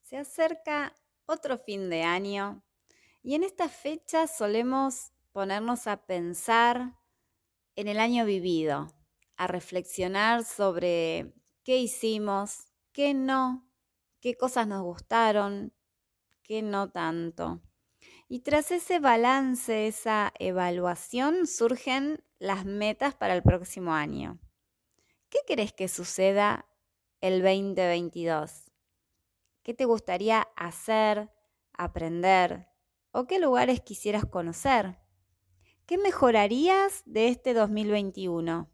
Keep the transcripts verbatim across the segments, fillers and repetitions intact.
Se acerca otro fin de año y en esta fecha solemos ponernos a pensar en el año vivido, a reflexionar sobre qué hicimos, qué no, qué cosas nos gustaron, qué no tanto. Y tras ese balance, esa evaluación, surgen las metas para el próximo año. ¿Qué querés que suceda el veinte veintidós? ¿Qué te gustaría hacer, aprender? ¿O qué lugares quisieras conocer? ¿Qué mejorarías de este dos mil veintiuno?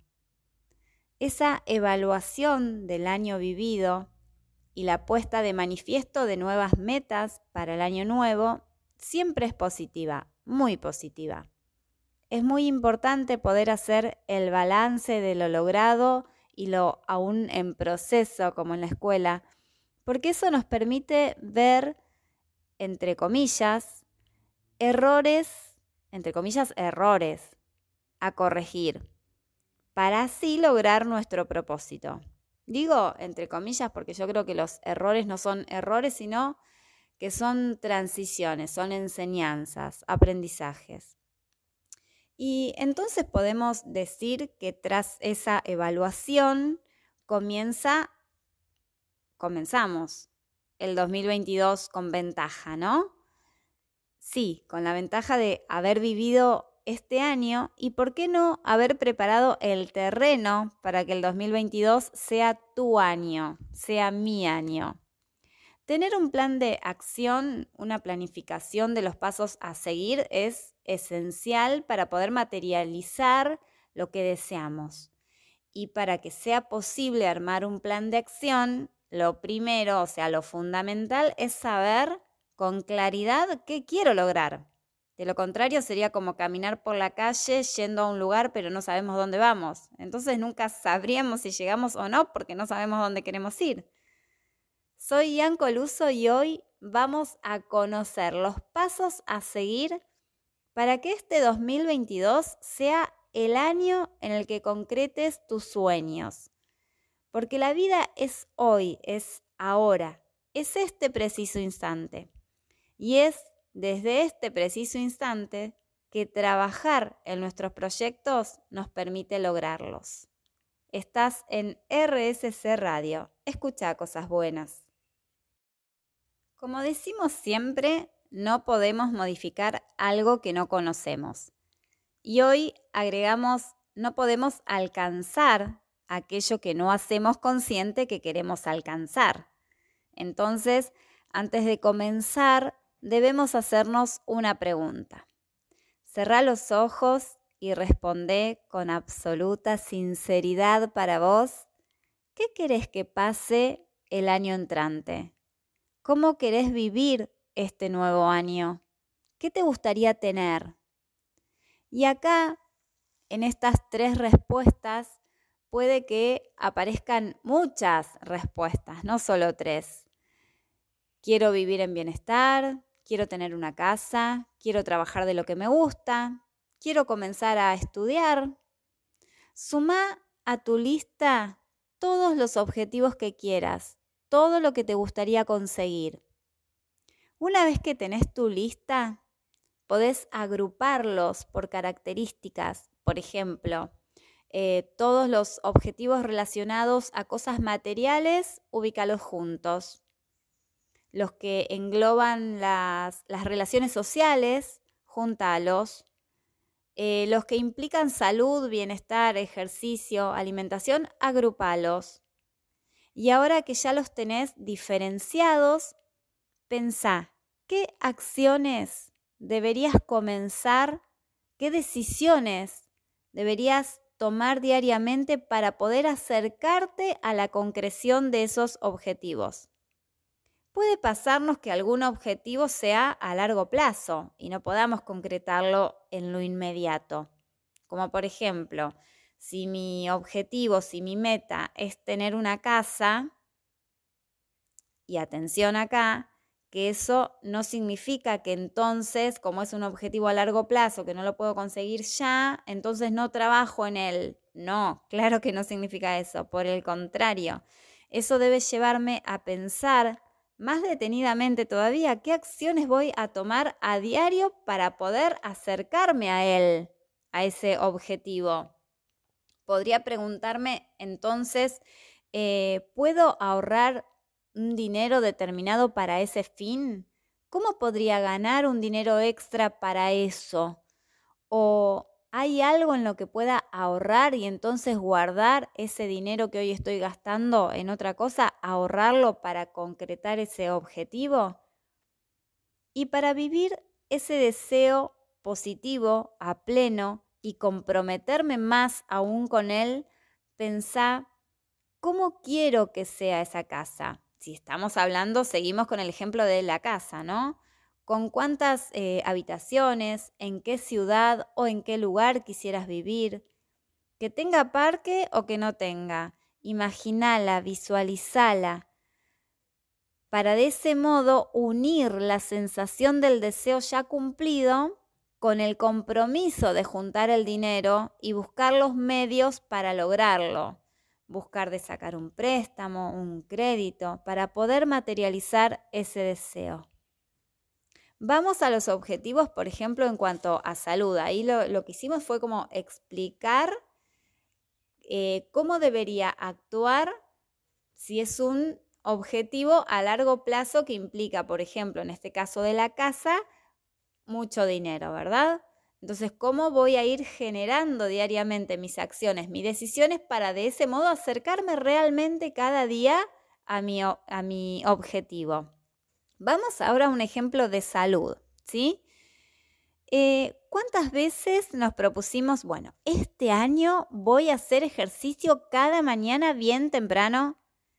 Esa evaluación del año vivido y la puesta de manifiesto de nuevas metas para el año nuevo siempre es positiva, muy positiva. Es muy importante poder hacer el balance de lo logrado y lo aún en proceso, como en la escuela, porque eso nos permite ver, entre comillas, errores, entre comillas, errores a corregir, para así lograr nuestro propósito. Digo entre comillas porque yo creo que los errores no son errores, sino que son transiciones, son enseñanzas, aprendizajes. Y entonces podemos decir que tras esa evaluación comienza, comenzamos el dos mil veintidós con ventaja, ¿no? Sí, con la ventaja de haber vivido este año y, ¿por qué no, haber preparado el terreno para que el dos mil veintidós sea tu año, sea mi año? Tener un plan de acción, una planificación de los pasos a seguir es esencial para poder materializar lo que deseamos. Y para que sea posible armar un plan de acción, lo primero, o sea, lo fundamental es saber con claridad qué quiero lograr. De lo contrario, sería como caminar por la calle yendo a un lugar, pero no sabemos dónde vamos. Entonces nunca sabríamos si llegamos o no porque no sabemos dónde queremos ir. Soy Ian Coluso y hoy vamos a conocer los pasos a seguir para que este dos mil veintidós sea el año en el que concretes tus sueños. Porque la vida es hoy, es ahora, es este preciso instante. Y es desde este preciso instante que trabajar en nuestros proyectos nos permite lograrlos. Estás en R S C Radio. Escucha cosas buenas. Como decimos siempre, no podemos modificar algo que no conocemos. Y hoy agregamos, no podemos alcanzar aquello que no hacemos consciente que queremos alcanzar. Entonces, antes de comenzar, debemos hacernos una pregunta. Cerrá los ojos y responde con absoluta sinceridad para vos, ¿qué querés que pase el año entrante? ¿Cómo querés vivir este nuevo año? ¿Qué te gustaría tener? Y acá, en estas tres respuestas, puede que aparezcan muchas respuestas, no solo tres. Quiero vivir en bienestar, quiero tener una casa, quiero trabajar de lo que me gusta, quiero comenzar a estudiar. Sumá a tu lista todos los objetivos que quieras, todo lo que te gustaría conseguir. Una vez que tenés tu lista, podés agruparlos por características. Por ejemplo, eh, todos los objetivos relacionados a cosas materiales, ubícalos juntos. Los que engloban las, las relaciones sociales, júntalos. Eh, los que implican salud, bienestar, ejercicio, alimentación, agrupalos. Y ahora que ya los tenés diferenciados, pensá, ¿qué acciones deberías comenzar? ¿Qué decisiones deberías tomar diariamente para poder acercarte a la concreción de esos objetivos? Puede pasarnos que algún objetivo sea a largo plazo y no podamos concretarlo en lo inmediato. Como por ejemplo, si mi objetivo, si mi meta es tener una casa, y atención acá, que eso no significa que entonces, como es un objetivo a largo plazo que no lo puedo conseguir ya, entonces no trabajo en él. No, claro que no significa eso. Por el contrario, eso debe llevarme a pensar más detenidamente todavía, ¿qué acciones voy a tomar a diario para poder acercarme a él, a ese objetivo? Podría preguntarme entonces, eh, ¿puedo ahorrar un dinero determinado para ese fin? ¿Cómo podría ganar un dinero extra para eso? ¿O hay algo en lo que pueda ahorrar y entonces guardar ese dinero que hoy estoy gastando en otra cosa, ahorrarlo para concretar ese objetivo? Y para vivir ese deseo positivo a pleno y comprometerme más aún con él, pensá cómo quiero que sea esa casa. Si estamos hablando, seguimos con el ejemplo de la casa, ¿no? ¿Con cuántas eh, habitaciones, en qué ciudad o en qué lugar quisieras vivir? ¿Que tenga parque o que no tenga? Imaginala, visualizala, para de ese modo unir la sensación del deseo ya cumplido con el compromiso de juntar el dinero y buscar los medios para lograrlo. Buscar de sacar un préstamo, un crédito, para poder materializar ese deseo. Vamos a los objetivos, por ejemplo, en cuanto a salud. Ahí lo, lo que hicimos fue como explicar eh, cómo debería actuar si es un objetivo a largo plazo que implica, por ejemplo, en este caso de la casa, mucho dinero, ¿verdad? Entonces, ¿cómo voy a ir generando diariamente mis acciones, mis decisiones para de ese modo acercarme realmente cada día a mi, a mi objetivo? Vamos ahora a un ejemplo de salud, ¿sí? Eh, ¿Cuántas veces nos propusimos, bueno, este año voy a hacer ejercicio cada mañana bien temprano?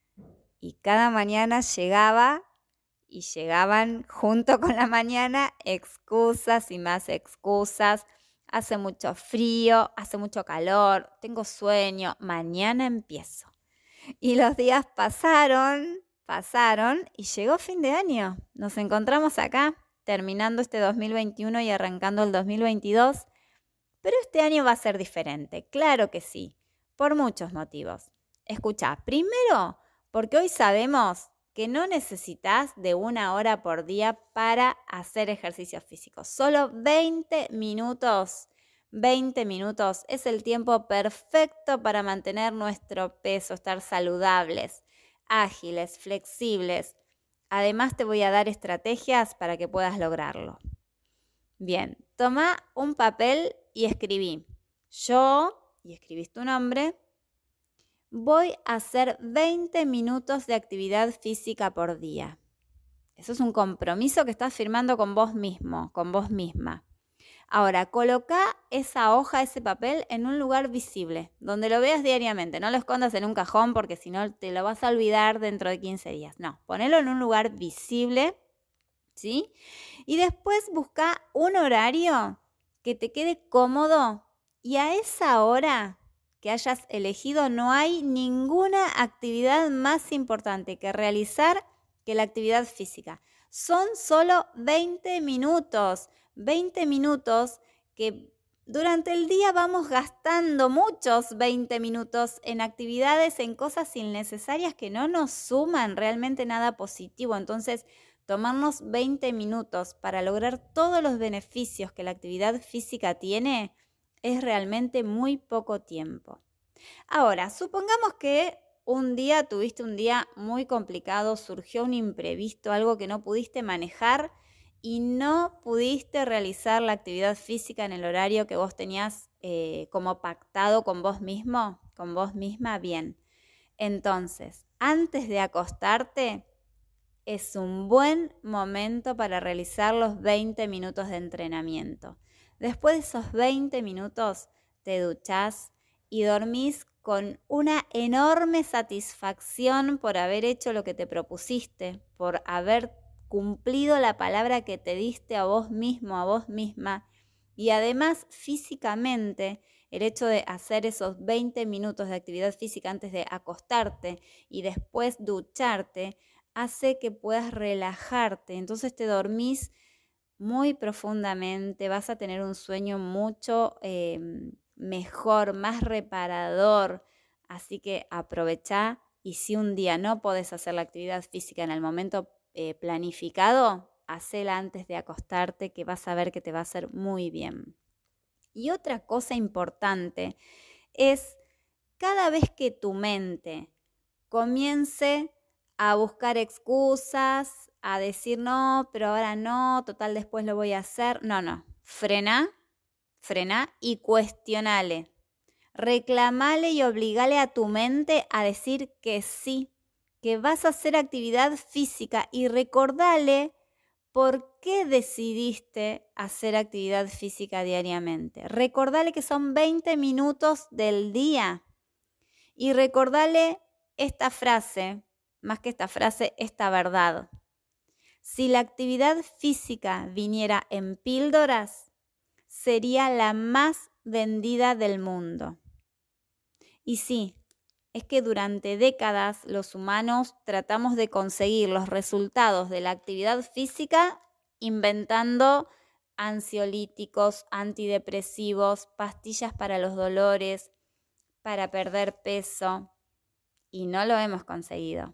Y cada mañana llegaba y llegaban junto con la mañana excusas y más excusas. Hace mucho frío, hace mucho calor, tengo sueño, mañana empiezo. Y los días pasaron, pasaron y llegó fin de año. Nos encontramos acá, terminando este dos mil veintiuno y arrancando el dos mil veintidós. Pero este año va a ser diferente, claro que sí, por muchos motivos. Escucha, primero, porque hoy sabemos que no necesitas de una hora por día para hacer ejercicio físico. Solo veinte minutos, veinte minutos es el tiempo perfecto para mantener nuestro peso, estar saludables, ágiles, flexibles. Además, te voy a dar estrategias para que puedas lograrlo. Bien, toma un papel y escribí. Yo, y escribís tu nombre, voy a hacer veinte minutos de actividad física por día. Eso es un compromiso que estás firmando con vos mismo, con vos misma. Ahora, coloca esa hoja, ese papel en un lugar visible, donde lo veas diariamente. No lo escondas en un cajón porque si no te lo vas a olvidar dentro de quince días. No, ponelo en un lugar visible, ¿sí? Y después busca un horario que te quede cómodo y a esa hora que hayas elegido no hay ninguna actividad más importante que realizar que la actividad física. Son solo veinte minutos, veinte minutos que durante el día vamos gastando muchos veinte minutos en actividades, en cosas innecesarias que no nos suman realmente nada positivo. Entonces, tomarnos veinte minutos para lograr todos los beneficios que la actividad física tiene es realmente muy poco tiempo. Ahora, supongamos que un día tuviste un día muy complicado, surgió un imprevisto, algo que no pudiste manejar y no pudiste realizar la actividad física en el horario que vos tenías eh, como pactado con vos mismo, con vos misma, bien. Entonces, antes de acostarte, es un buen momento para realizar los veinte minutos de entrenamiento. Después de esos veinte minutos, te duchás y dormís con una enorme satisfacción por haber hecho lo que te propusiste, por haber cumplido la palabra que te diste a vos mismo, a vos misma. Y además, físicamente, el hecho de hacer esos veinte minutos de actividad física antes de acostarte y después ducharte, hace que puedas relajarte. Entonces te dormís muy profundamente, vas a tener un sueño mucho eh, mejor, más reparador. Así que aprovecha y si un día no podés hacer la actividad física en el momento eh, planificado, hacela antes de acostarte, que vas a ver que te va a hacer muy bien. Y otra cosa importante es cada vez que tu mente comience a buscar excusas, a decir no, pero ahora no, total después lo voy a hacer. No, no, frena, frena y cuestionale. Reclamale y obligale a tu mente a decir que sí, que vas a hacer actividad física y recordale por qué decidiste hacer actividad física diariamente. Recordale que son veinte minutos del día y recordale esta frase, más que esta frase, esta verdad. Si la actividad física viniera en píldoras, sería la más vendida del mundo. Y sí, es que durante décadas los humanos tratamos de conseguir los resultados de la actividad física inventando ansiolíticos, antidepresivos, pastillas para los dolores, para perder peso, y no lo hemos conseguido.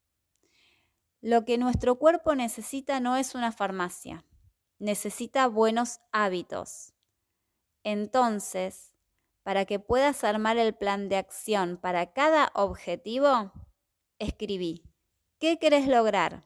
Lo que nuestro cuerpo necesita no es una farmacia, necesita buenos hábitos. Entonces, para que puedas armar el plan de acción para cada objetivo, escribí ¿qué querés lograr?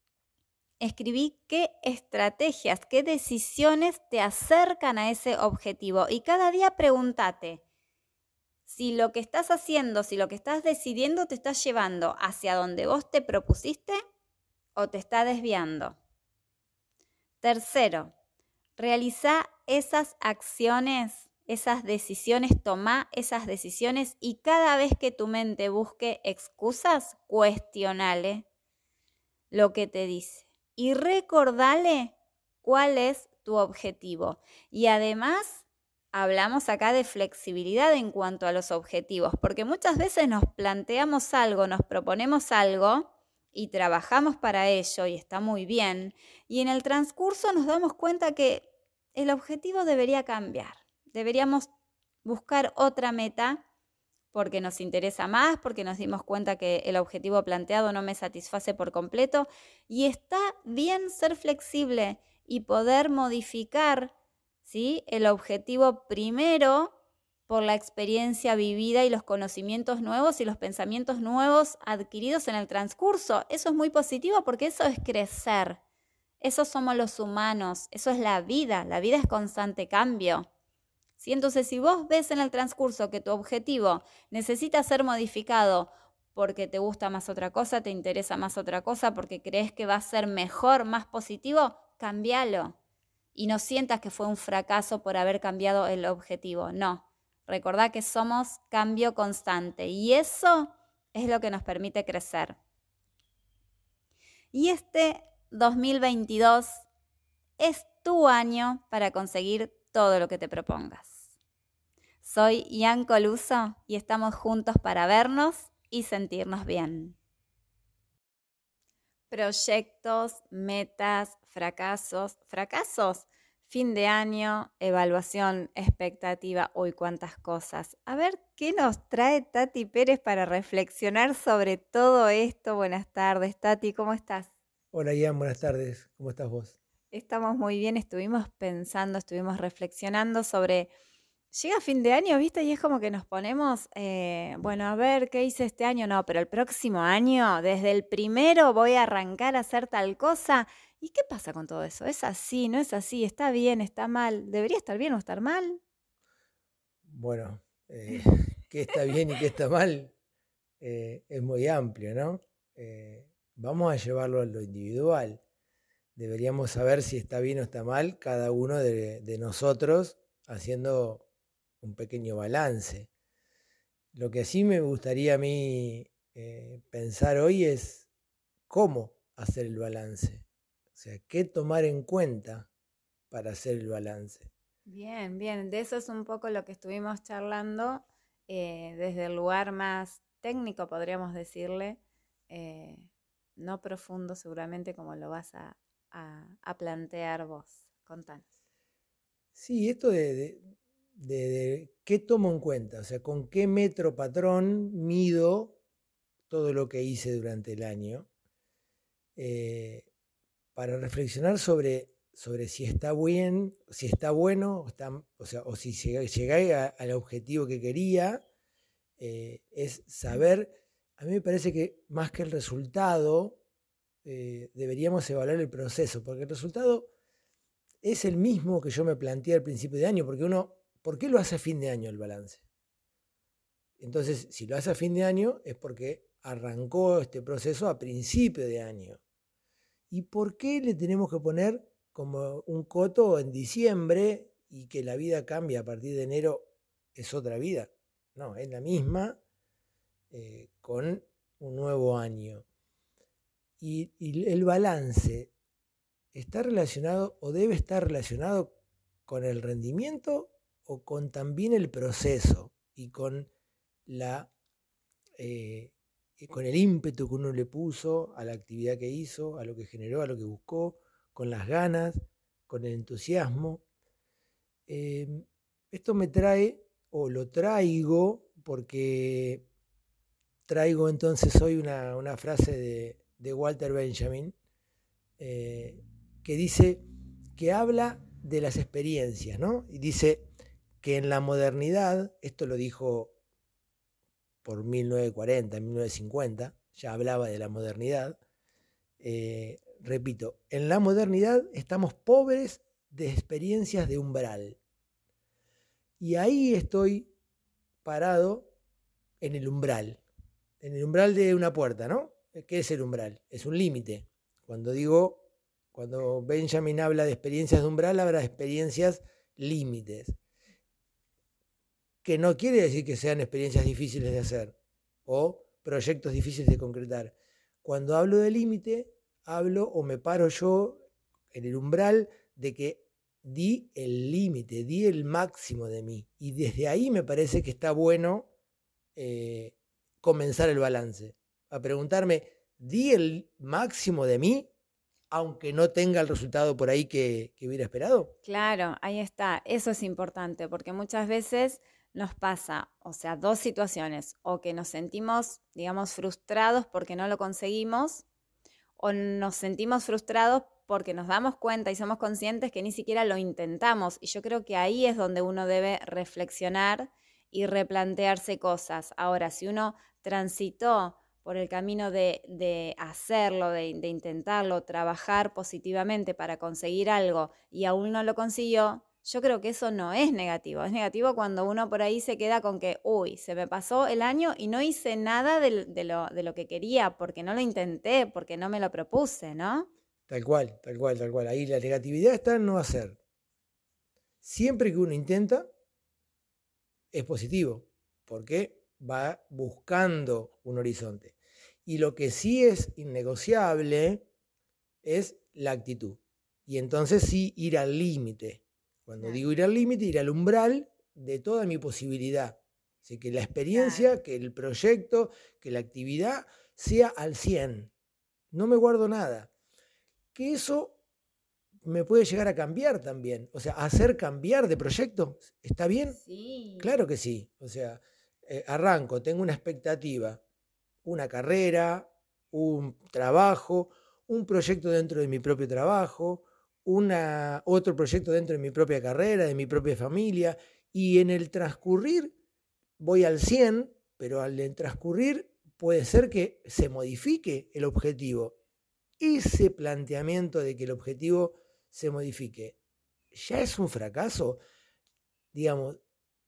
Escribí qué estrategias, qué decisiones te acercan a ese objetivo y cada día pregúntate si lo que estás haciendo, si lo que estás decidiendo te está llevando hacia donde vos te propusiste o te está desviando. Tercero, realiza esas acciones, esas decisiones, toma esas decisiones y cada vez que tu mente busque excusas, cuestionale lo que te dice y recordale cuál es tu objetivo. Y además, hablamos acá de flexibilidad en cuanto a los objetivos, porque muchas veces nos planteamos algo, nos proponemos algo y trabajamos para ello y está muy bien, y en el transcurso nos damos cuenta que el objetivo debería cambiar, deberíamos buscar otra meta porque nos interesa más, porque nos dimos cuenta que el objetivo planteado no me satisface por completo, y está bien ser flexible y poder modificar, ¿sí?, el objetivo primero por la experiencia vivida y los conocimientos nuevos y los pensamientos nuevos adquiridos en el transcurso. Eso es muy positivo porque eso es crecer. Eso somos los humanos, eso es la vida. La vida es constante cambio. ¿Sí? Entonces, si vos ves en el transcurso que tu objetivo necesita ser modificado porque te gusta más otra cosa, te interesa más otra cosa, porque crees que va a ser mejor, más positivo, cámbialo. Y no sientas que fue un fracaso por haber cambiado el objetivo. No. Recordá que somos cambio constante y eso es lo que nos permite crecer. Y este dos mil veintidós es tu año para conseguir todo lo que te propongas. Soy Ian Coluso y estamos juntos para vernos y sentirnos bien. Proyectos, metas, fracasos, fracasos. Fin de año, evaluación, expectativa, uy, cuántas cosas. A ver, ¿qué nos trae Tati Pérez para reflexionar sobre todo esto? Buenas tardes, Tati, ¿cómo estás? Hola Ian, buenas tardes, ¿cómo estás vos? Estamos muy bien, estuvimos pensando, estuvimos reflexionando sobre... Llega fin de año, ¿viste? Y es como que nos ponemos, eh, bueno, a ver, ¿qué hice este año? No, pero el próximo año, desde el primero voy a arrancar a hacer tal cosa. ¿Y qué pasa con todo eso? ¿Es así? ¿No es así? ¿Está bien? ¿Está mal? ¿Debería estar bien o estar mal? Bueno, eh, qué está bien y qué está mal eh, es muy amplio, ¿no? Eh, vamos a llevarlo a lo individual. Deberíamos saber si está bien o está mal cada uno de, de nosotros haciendo un pequeño balance. Lo que sí me gustaría a mí eh, pensar hoy es cómo hacer el balance. O sea, qué tomar en cuenta para hacer el balance. Bien, bien, de eso es un poco lo que estuvimos charlando eh, desde el lugar más técnico, podríamos decirle, eh, no profundo seguramente como lo vas a, a, a plantear vos. Contanos. Sí, esto de, de, de, de qué tomo en cuenta, o sea, con qué metro patrón mido todo lo que hice durante el año. Eh, para reflexionar sobre, sobre si está bien, si está bueno, o, está, o, sea, o si llegué al objetivo que quería, eh, es saber, a mí me parece que más que el resultado, eh, deberíamos evaluar el proceso, porque el resultado es el mismo que yo me planteé al principio de año, porque uno, ¿por qué lo hace a fin de año el balance? Entonces, si lo hace a fin de año es porque arrancó este proceso a principio de año. ¿Y por qué le tenemos que poner como un coto en diciembre y que la vida cambia a partir de enero es otra vida? No, es la misma eh, con un nuevo año. Y, y el balance está relacionado o debe estar relacionado con el rendimiento o con también el proceso y con la eh, con el ímpetu que uno le puso a la actividad que hizo, a lo que generó, a lo que buscó, con las ganas, con el entusiasmo. Eh, esto me trae, o lo traigo, porque traigo entonces hoy una, una frase de, de Walter Benjamin, eh, que dice, que habla de las experiencias, ¿no? Y dice que en la modernidad, esto lo dijo por mil novecientos cuarenta, mil novecientos cincuenta, ya hablaba de la modernidad. Eh, repito, en la modernidad estamos pobres de experiencias de umbral. Y ahí estoy parado en el umbral, en el umbral de una puerta, ¿no? ¿Qué es el umbral? Es un límite. Cuando digo, cuando Benjamin habla de experiencias de umbral, habla de experiencias límites, que no quiere decir que sean experiencias difíciles de hacer o proyectos difíciles de concretar. Cuando hablo de límite, hablo o me paro yo en el umbral de que di el límite, di el máximo de mí. Y desde ahí me parece que está bueno eh, comenzar el balance. A preguntarme, ¿di el máximo de mí? Aunque no tenga el resultado por ahí que, que hubiera esperado. Claro, ahí está. Eso es importante porque muchas veces nos pasa, o sea, dos situaciones, o que nos sentimos, digamos, frustrados porque no lo conseguimos, o nos sentimos frustrados porque nos damos cuenta y somos conscientes que ni siquiera lo intentamos. Y yo creo que ahí es donde uno debe reflexionar y replantearse cosas. Ahora, si uno transitó por el camino de, de hacerlo, de, de intentarlo, trabajar positivamente para conseguir algo y aún no lo consiguió, yo creo que eso no es negativo. Es negativo cuando uno por ahí se queda con que, uy, se me pasó el año y no hice nada de, de, lo, de lo que quería porque no lo intenté, porque no me lo propuse, ¿no? Tal cual, tal cual, tal cual. Ahí la negatividad está en no hacer. Siempre que uno intenta, es positivo, porque va buscando un horizonte. Y lo que sí es innegociable es la actitud. Y entonces sí ir al límite. Cuando digo ir al límite, ir al umbral de toda mi posibilidad. Así que la experiencia, que el proyecto, que la actividad sea al cien. No me guardo nada. Que eso me puede llegar a cambiar también. O sea, hacer cambiar de proyecto, ¿está bien? Sí. Claro que sí. O sea, eh, arranco, tengo una expectativa, una carrera, un trabajo, un proyecto dentro de mi propio trabajo, una, otro proyecto dentro de mi propia carrera, de mi propia familia, y en el transcurrir voy al cien, pero al transcurrir puede ser que se modifique el objetivo. Ese planteamiento de que el objetivo se modifique, ¿ya es un fracaso? Digamos,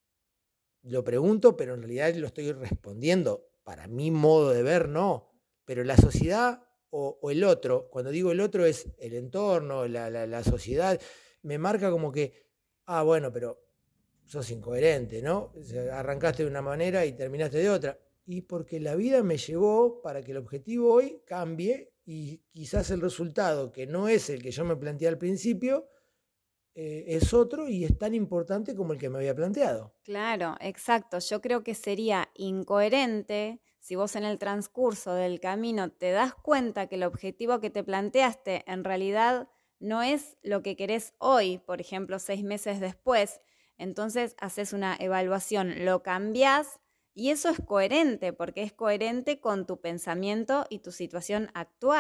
lo pregunto, pero en realidad lo estoy respondiendo. Para mi modo de ver, no. Pero la sociedad o, o el otro, cuando digo el otro es el entorno, la, la, la sociedad, me marca como que, ah, bueno, pero sos incoherente, ¿no? O sea, arrancaste de una manera y terminaste de otra. Y porque la vida me llevó para que el objetivo hoy cambie y quizás el resultado, que no es el que yo me planteé al principio, eh, es otro y es tan importante como el que me había planteado. Claro, exacto. Yo creo que sería incoherente si vos en el transcurso del camino te das cuenta que el objetivo que te planteaste en realidad no es lo que querés hoy, por ejemplo, seis meses después. Entonces haces una evaluación, lo cambiás y eso es coherente porque es coherente con tu pensamiento y tu situación actual.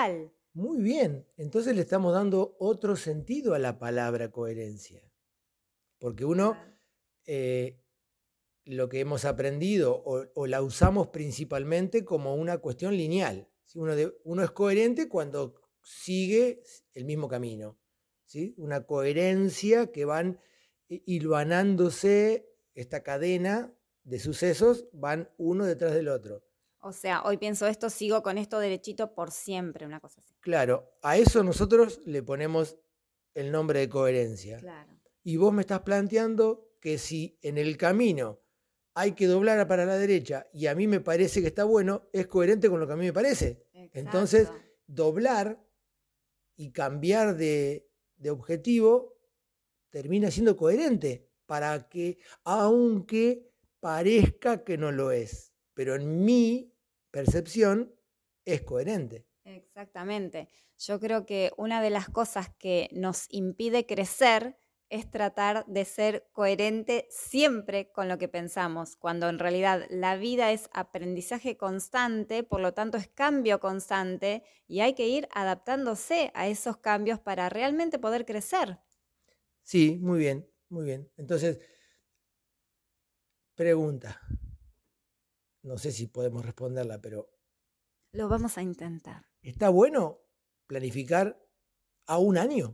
Muy bien, entonces le estamos dando otro sentido a la palabra coherencia. Porque uno, eh, lo que hemos aprendido o, o la usamos principalmente como una cuestión lineal. ¿Sí? Uno, de, uno es coherente cuando sigue el mismo camino. ¿Sí? Una coherencia que van hilvanándose, esta cadena de sucesos van uno detrás del otro. O sea, hoy pienso esto, sigo con esto derechito por siempre, una cosa así. Claro, a eso nosotros le ponemos el nombre de coherencia. Claro. Y vos me estás planteando que si en el camino hay que doblar para la derecha y a mí me parece que está bueno, es coherente con lo que a mí me parece. Exacto. Entonces, doblar y cambiar de, de objetivo termina siendo coherente para que, aunque parezca que no lo es, pero en mi percepción es coherente. Exactamente. Yo creo que una de las cosas que nos impide crecer es tratar de ser coherente siempre con lo que pensamos, cuando en realidad la vida es aprendizaje constante, por lo tanto es cambio constante y hay que ir adaptándose a esos cambios para realmente poder crecer. Sí, muy bien, muy bien. Entonces, pregunta. No sé si podemos responderla, pero... Lo vamos a intentar. ¿Está bueno planificar a un año?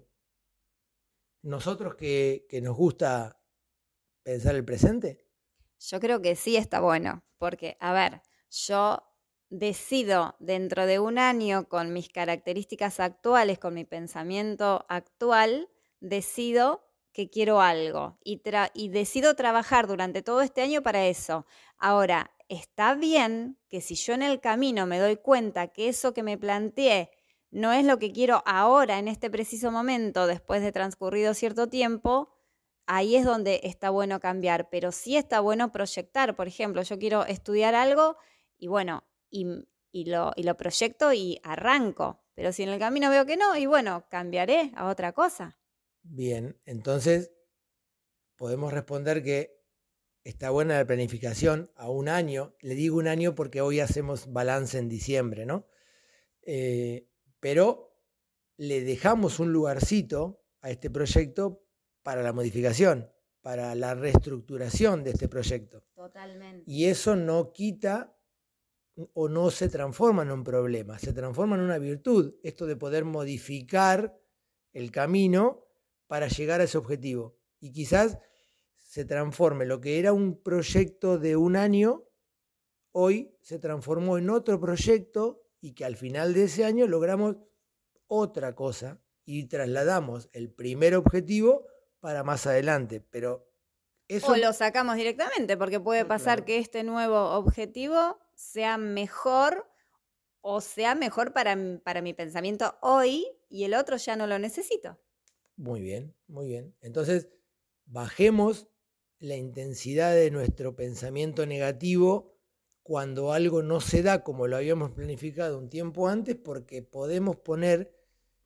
Nosotros que, que nos gusta pensar el presente. Yo creo que sí está bueno, porque, a ver, yo decido dentro de un año con mis características actuales, con mi pensamiento actual, decido que quiero algo y, tra- y decido trabajar durante todo este año para eso. Ahora, está bien que si yo en el camino me doy cuenta que eso que me planteé no es lo que quiero ahora, en este preciso momento, después de transcurrido cierto tiempo, ahí es donde está bueno cambiar, pero sí está bueno proyectar. Por ejemplo, yo quiero estudiar algo y bueno, y, y, lo, y lo proyecto y arranco. Pero si en el camino veo que no, y bueno, cambiaré a otra cosa. Bien, entonces podemos responder que está buena la planificación a un año. Le digo un año porque hoy hacemos balance en diciembre, ¿no? Eh, pero le dejamos un lugarcito a este proyecto para la modificación, para la reestructuración de este proyecto. Totalmente. Y eso no quita o no se transforma en un problema, se transforma en una virtud, esto de poder modificar el camino para llegar a ese objetivo. Y quizás se transforme lo que era un proyecto de un año, hoy se transformó en otro proyecto y que al final de ese año logramos otra cosa y trasladamos el primer objetivo para más adelante, pero eso... O lo sacamos directamente, porque puede no, pasar claro. que este nuevo objetivo sea mejor o sea mejor para, para mi pensamiento hoy y el otro ya no lo necesito. Muy bien, muy bien. Entonces, bajemos la intensidad de nuestro pensamiento negativo cuando algo no se da como lo habíamos planificado un tiempo antes, porque podemos poner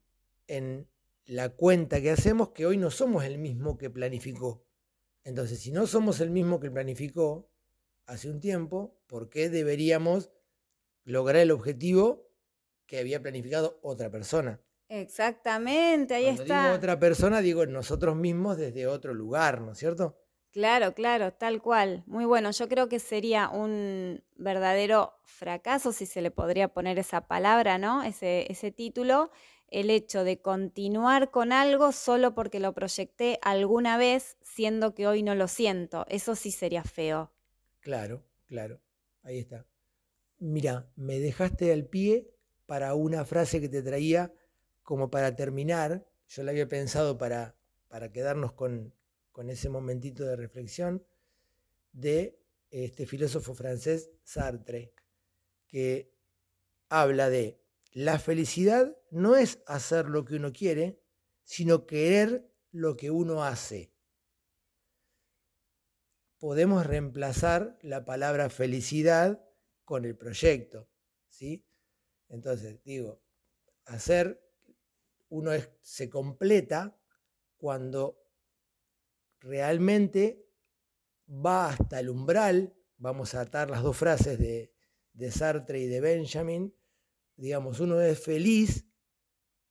en la cuenta que hacemos que hoy no somos el mismo que planificó. Entonces, si no somos el mismo que planificó hace un tiempo, ¿por qué deberíamos lograr el objetivo que había planificado otra persona? Exactamente, ahí Cuando está. digo otra persona, digo nosotros mismos desde otro lugar, ¿no es cierto? Claro, claro, tal cual. Muy bueno. Yo creo que sería un verdadero fracaso, si se le podría poner esa palabra, ¿no? Ese, ese título, el hecho de continuar con algo solo porque lo proyecté alguna vez, siendo que hoy no lo siento. Eso sí sería feo. Claro, claro. Ahí está. Mira, me dejaste al pie para una frase que te traía como para terminar. Yo la había pensado para, para quedarnos con, con ese momentito de reflexión de este filósofo francés Sartre, que habla de la felicidad no es hacer lo que uno quiere, sino querer lo que uno hace. Podemos reemplazar la palabra felicidad con el proyecto, ¿sí? Entonces, digo, hacer, uno es, se completa cuando realmente va hasta el umbral. Vamos a atar las dos frases de, de Sartre y de Benjamin. Digamos, uno es feliz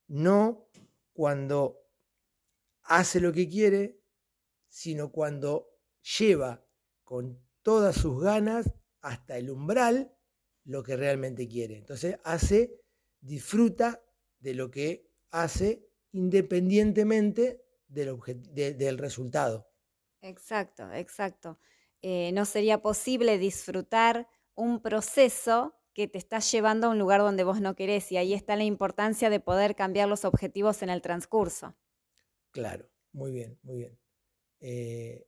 no cuando hace lo que quiere, sino cuando lleva con todas sus ganas hasta el umbral lo que realmente quiere. Entonces hace, disfruta de lo que hace independientemente del, objet- de, del resultado. Exacto, exacto. Eh, no sería posible disfrutar un proceso que te está llevando a un lugar donde vos no querés, y ahí está la importancia de poder cambiar los objetivos en el transcurso. Claro, muy bien, muy bien. Eh,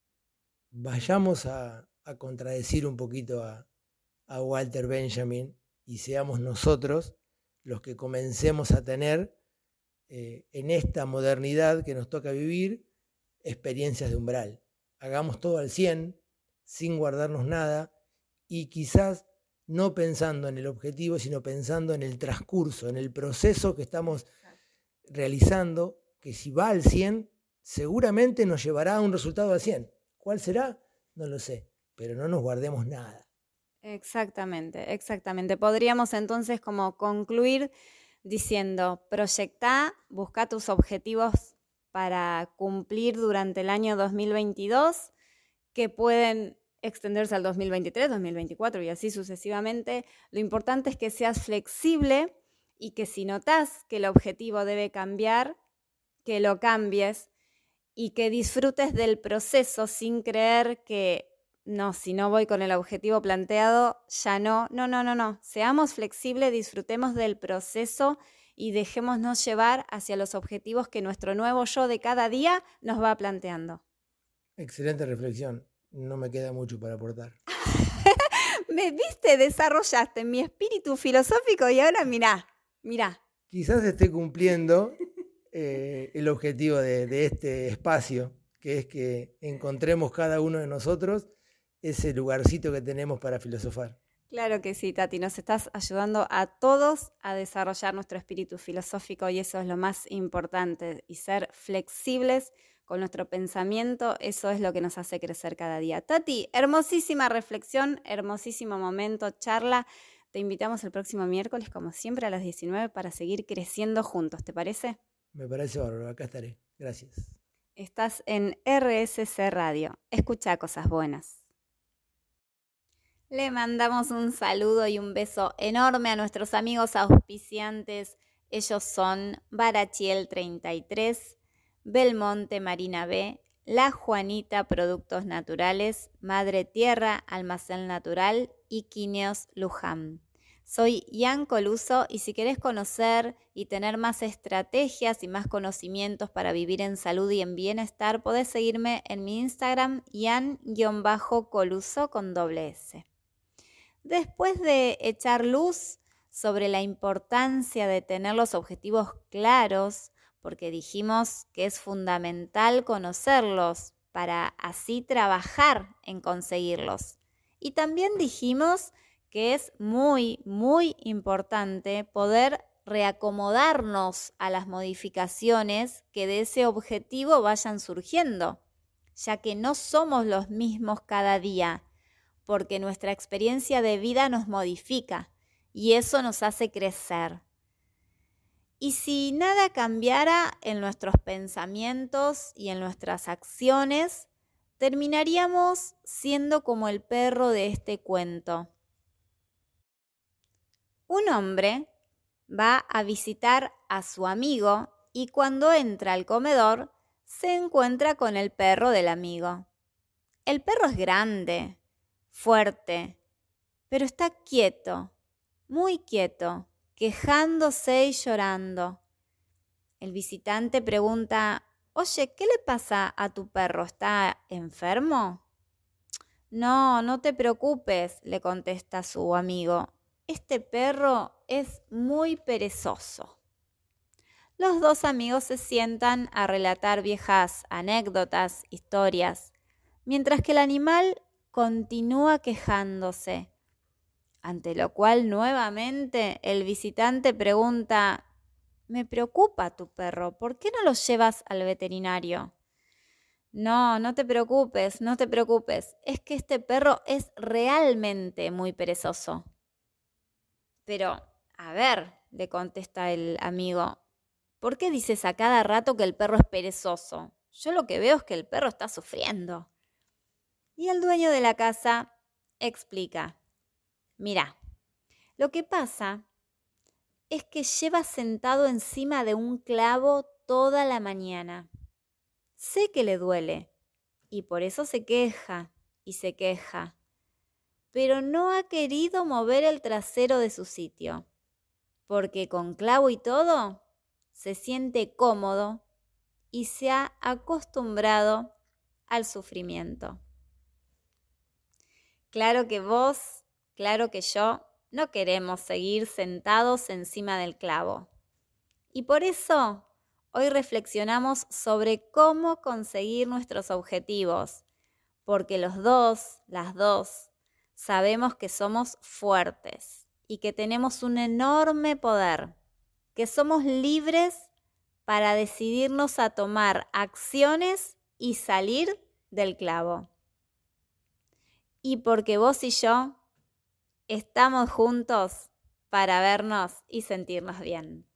vayamos a, a contradecir un poquito a, a Walter Benjamin y seamos nosotros los que comencemos a tener eh, en esta modernidad que nos toca vivir experiencias de umbral. Hagamos todo al cien, sin guardarnos nada, y quizás no pensando en el objetivo, sino pensando en el transcurso, en el proceso que estamos realizando, que si va al cien, seguramente nos llevará a un resultado al cien. ¿Cuál será? No lo sé, pero no nos guardemos nada. Exactamente, exactamente. Podríamos entonces como concluir diciendo, proyectá, busca tus objetivos para cumplir durante el año dos mil veintidós, que pueden extenderse al dos mil veintitrés, dos mil veinticuatro y así sucesivamente. Lo importante es que seas flexible y que si notás que el objetivo debe cambiar, que lo cambies y que disfrutes del proceso sin creer que no, si no voy con el objetivo planteado, ya no. No, no, no, no. Seamos flexibles, disfrutemos del proceso y dejémonos llevar hacia los objetivos que nuestro nuevo yo de cada día nos va planteando. Excelente reflexión. No me queda mucho para aportar. Me viste, desarrollaste mi espíritu filosófico y ahora mirá, mirá. Quizás esté cumpliendo eh, el objetivo de, de este espacio, que es que encontremos cada uno de nosotros ese lugarcito que tenemos para filosofar. Claro que sí, Tati, nos estás ayudando a todos a desarrollar nuestro espíritu filosófico y eso es lo más importante, y ser flexibles con nuestro pensamiento, eso es lo que nos hace crecer cada día. Tati, hermosísima reflexión, hermosísimo momento, charla. Te invitamos el próximo miércoles, como siempre, a las diecinueve para seguir creciendo juntos, ¿te parece? Me parece bárbaro, acá estaré. Gracias. Estás en R S C Radio. Escucha cosas buenas. Le mandamos un saludo y un beso enorme a nuestros amigos auspiciantes. Ellos son Barachiel treinta y tres, Belmonte Marina B, La Juanita Productos Naturales, Madre Tierra Almacén Natural y Quineos Luján. Soy Ian Coluso y si querés conocer y tener más estrategias y más conocimientos para vivir en salud y en bienestar, podés seguirme en mi Instagram Ian-Coluso con doble S. Después de echar luz sobre la importancia de tener los objetivos claros, porque dijimos que es fundamental conocerlos para así trabajar en conseguirlos. Y también dijimos que es muy, muy importante poder reacomodarnos a las modificaciones que de ese objetivo vayan surgiendo, ya que no somos los mismos cada día, porque nuestra experiencia de vida nos modifica y eso nos hace crecer. Y si nada cambiara en nuestros pensamientos y en nuestras acciones, terminaríamos siendo como el perro de este cuento. Un hombre va a visitar a su amigo y cuando entra al comedor se encuentra con el perro del amigo. El perro es grande, fuerte, pero está quieto, muy quieto, quejándose y llorando. El visitante pregunta, oye, ¿qué le pasa a tu perro? ¿Está enfermo? No, no te preocupes, le contesta su amigo. Este perro es muy perezoso. Los dos amigos se sientan a relatar viejas anécdotas, historias, mientras que el animal continúa quejándose, ante lo cual nuevamente el visitante pregunta, me preocupa tu perro, ¿por qué no lo llevas al veterinario? No, no te preocupes, no te preocupes, es que este perro es realmente muy perezoso. Pero, a ver, le contesta el amigo, ¿por qué dices a cada rato que el perro es perezoso? Yo lo que veo es que el perro está sufriendo. Y el dueño de la casa explica, mirá, lo que pasa es que lleva sentado encima de un clavo toda la mañana. Sé que le duele y por eso se queja y se queja, pero no ha querido mover el trasero de su sitio, porque con clavo y todo se siente cómodo y se ha acostumbrado al sufrimiento. Claro que vos, claro que yo, no queremos seguir sentados encima del clavo. Y por eso hoy reflexionamos sobre cómo conseguir nuestros objetivos, porque los dos, las dos, sabemos que somos fuertes y que tenemos un enorme poder, que somos libres para decidirnos a tomar acciones y salir del clavo. Y porque vos y yo estamos juntos para vernos y sentirnos bien.